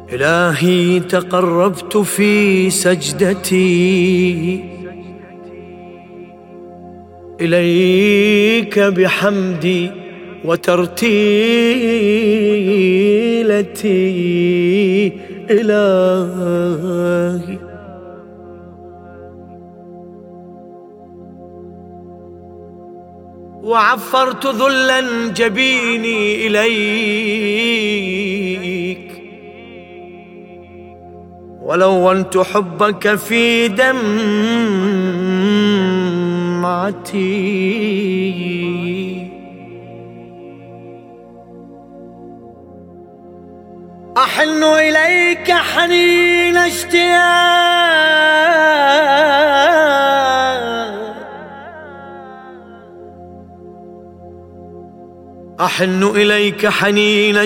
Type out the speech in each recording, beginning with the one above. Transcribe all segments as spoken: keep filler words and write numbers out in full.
إلهي تقربت في سجدتي إليك بحمدي وترتيلتي إلهي، وعفرت ذلا جبيني إليك، ولونت حبك في دمعتي. أحن إليك حنين اشتياق، أحن إليك حنين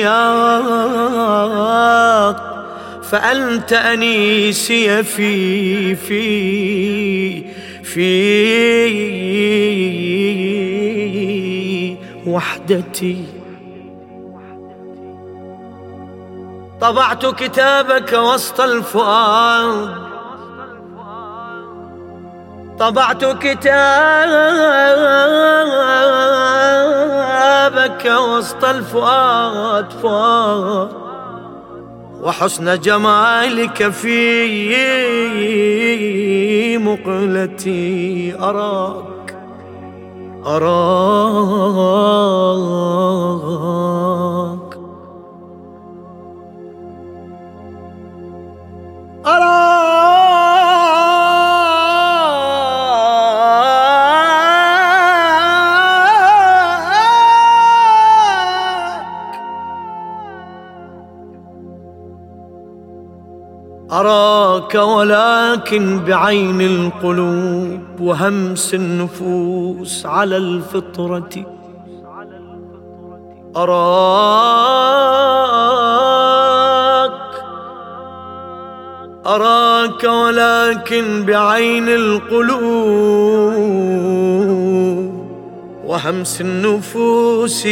اشتياق، فأنت أنيسي في في في وحدتي. طبعت كتابك وسط الفؤاد، طبعت كتابك وسط الفؤاد فؤاد، وحسن جمالك في مقلتي أراك أراك أراك أراك ولكن بعين القلوب وهمس النفوس على الفطرة. أراك أراك ولكن بعين القلوب وهمس النفوس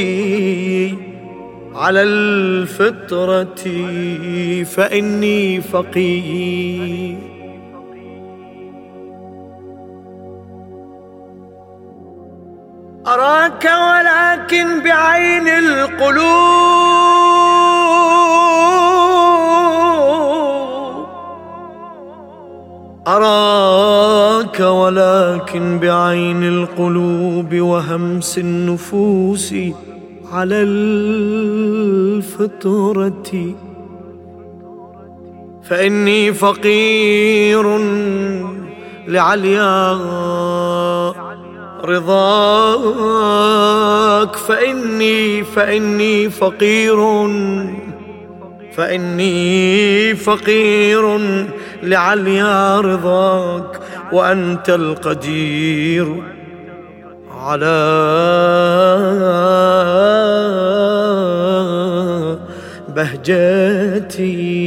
على الفطرة، فإني فقير أراك ولكن بعين القلوب، أراك ولكن بعين القلوب وهمس النفوس على الفطرة، فإني فقير لعليا رضاك، فإني فإني فقير فإني فقير لعليا رضاك، وأنت القدير على بهجتي.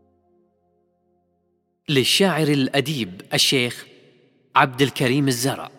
للشاعر الأديب الشيخ عبد الكريم الزرع.